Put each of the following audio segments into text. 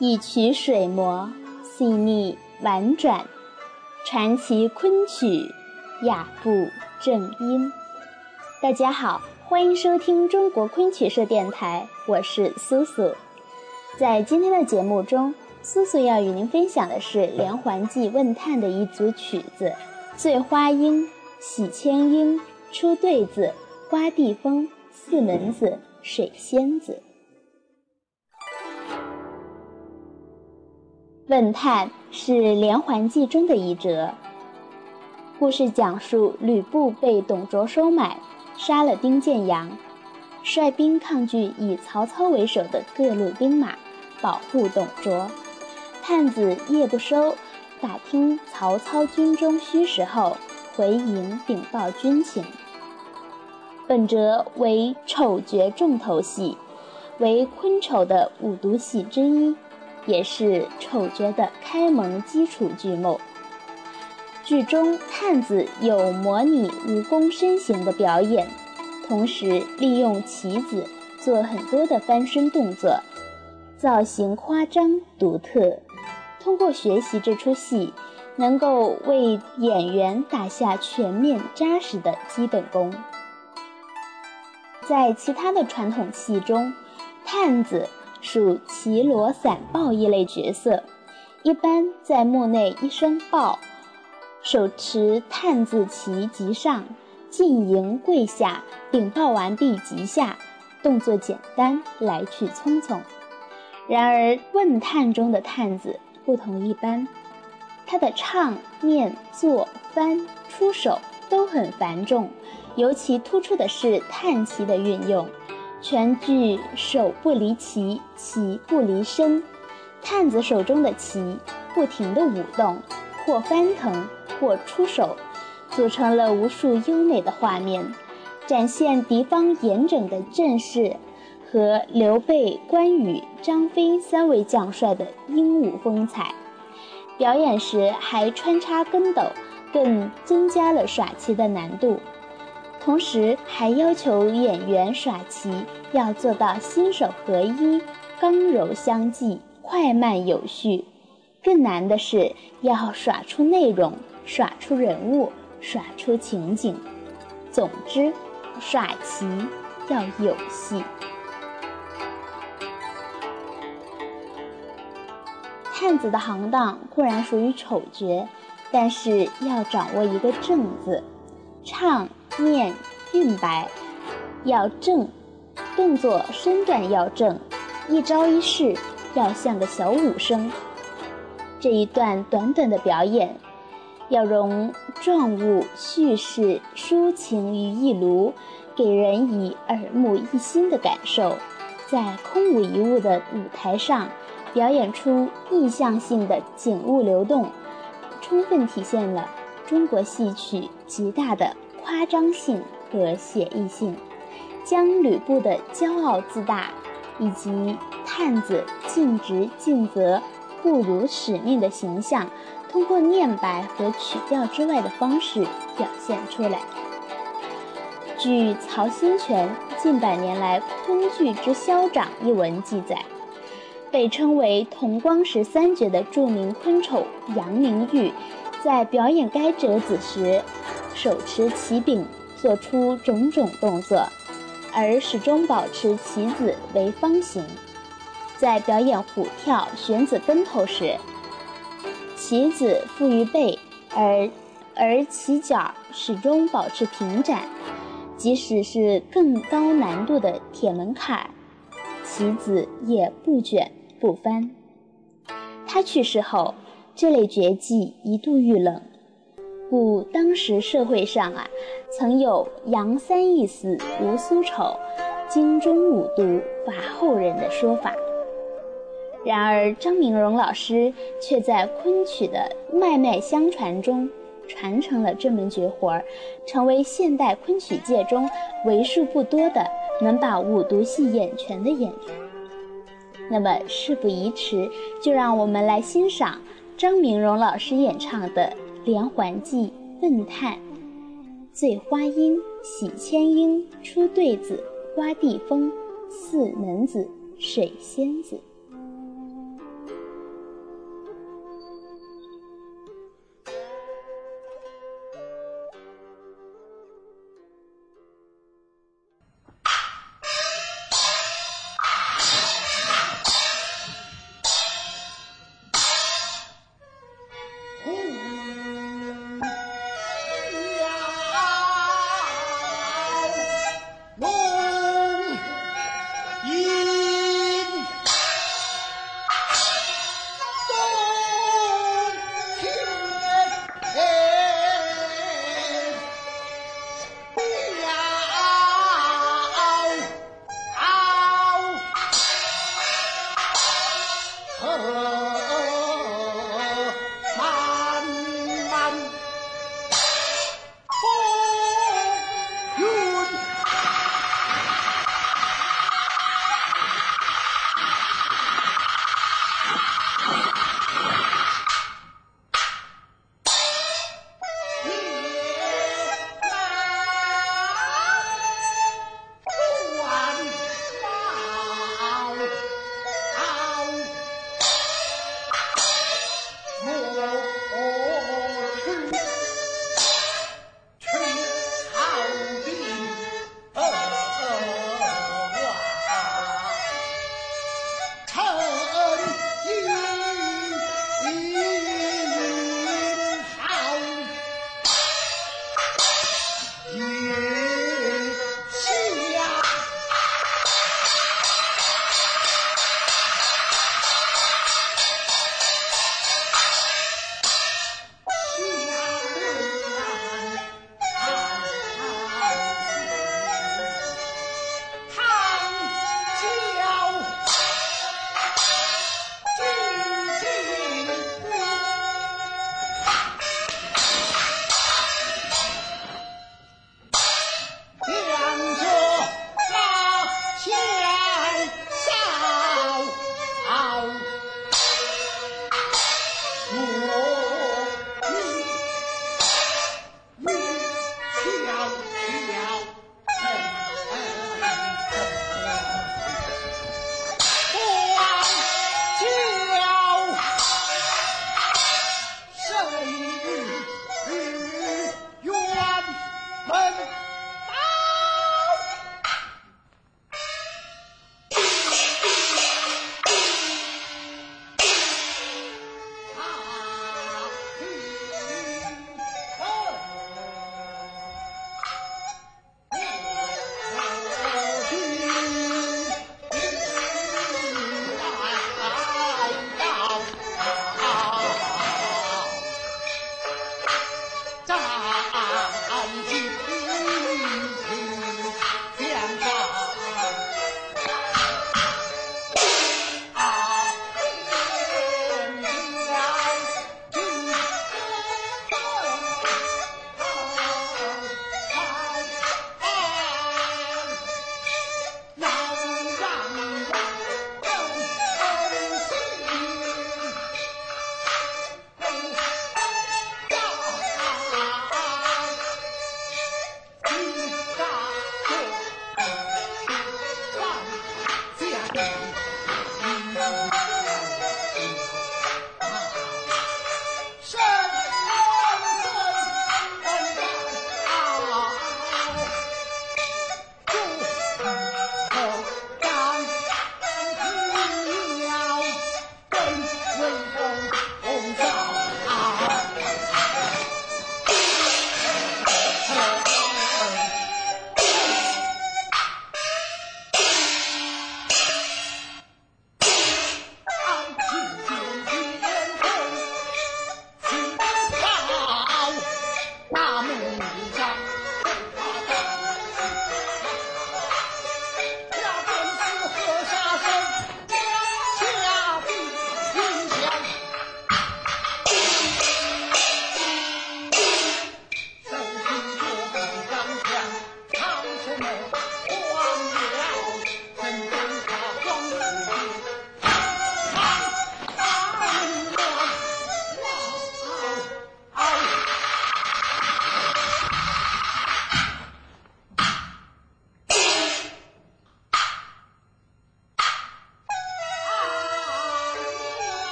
一曲水磨，细腻婉转，传奇昆曲，雅步正音。大家好，欢迎收听中国昆曲社电台，我是苏苏。在今天的节目中，苏苏要与您分享的是连环计问叹的一组曲子：醉花阴、喜千英、出对子、刮地风、四门子、水仙子。问叹是连环计中的一折，故事讲述吕布被董卓收买，杀了丁建阳，率兵抗拒以曹操为首的各路兵马，保护董卓。探子夜不收打听曹操军中虚实后，回营禀报军情。本折为丑角重头戏，为昆丑的五毒戏之一，也是丑角的开蒙基础剧目。剧中探子有模拟蜈蚣身形的表演，同时利用棋子做很多的翻身动作，造型夸张独特。通过学习这出戏，能够为演员打下全面扎实的基本功。在其他的传统戏中，探子属骑骡散豹一类角色，一般在幕内一声报，手持探字旗即上，进营跪下，禀报完毕即下，动作简单，来去匆匆。然而问叹中的探子不同一般，他的唱、念、做、翻、出手都很繁重，尤其突出的是叹旗的运用，全剧手不离旗，旗不离身，探子手中的旗不停地舞动，或翻腾，或出手，组成了无数优美的画面，展现敌方严整的阵势和刘备、关羽、张飞三位将帅的英武风采。表演时还穿插跟斗，更增加了耍旗的难度。同时还要求演员耍旗要做到心手合一，刚柔相济，快慢有序。更难的是要耍出内容，耍出人物，耍出情景。总之，耍旗要有戏。探子的行当固然属于丑角，但是要掌握一个正字，唱、念、韵白要正，动作身段要正，一招一式要像个小武生。这一段短短的表演，要融状物、叙事、抒情于一炉，给人以耳目一新的感受。在空无一物的舞台上，表演出意象性的景物流动，充分体现了中国戏曲极大的夸张性和写意性，将吕布的骄傲自大以及探子尽职尽责、不辱使命的形象，通过念白和曲调之外的方式表现出来。据曹新全近百年来昆剧之消长一文记载，被称为同光十三绝的著名昆丑杨明玉，在表演该折子时，手持旗柄做出种种动作，而始终保持旗子为方形。在表演虎跳、悬子跟头时，旗子附于背，而旗角始终保持平展，即使是更高难度的铁门槛，旗子也不卷不翻。他去世后，这类绝技一度遇冷，故当时社会上曾有杨三一死无苏丑，京中五毒伐后人的说法。然而张明荣老师却在昆曲的脉脉相传中传承了这门绝活，成为现代昆曲界中为数不多的能把五毒戏演全的演员。那么事不宜迟，就让我们来欣赏张明荣老师演唱的连环计问叹：醉花阴、喜千英、出对子、刮地风、四门子、水仙子。 漫漫风云。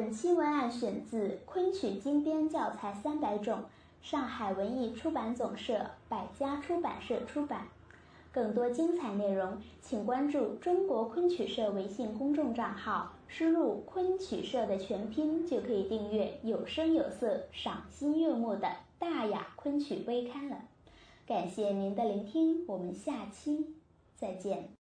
本期文案选自《昆曲精编教材300种》，上海文艺出版总社、百家出版社出版。更多精彩内容，请关注中国昆曲社微信公众账号，输入“昆曲社”的全拼，就可以订阅有声有色、赏心悦目的大雅昆曲微刊了。感谢您的聆听，我们下期再见。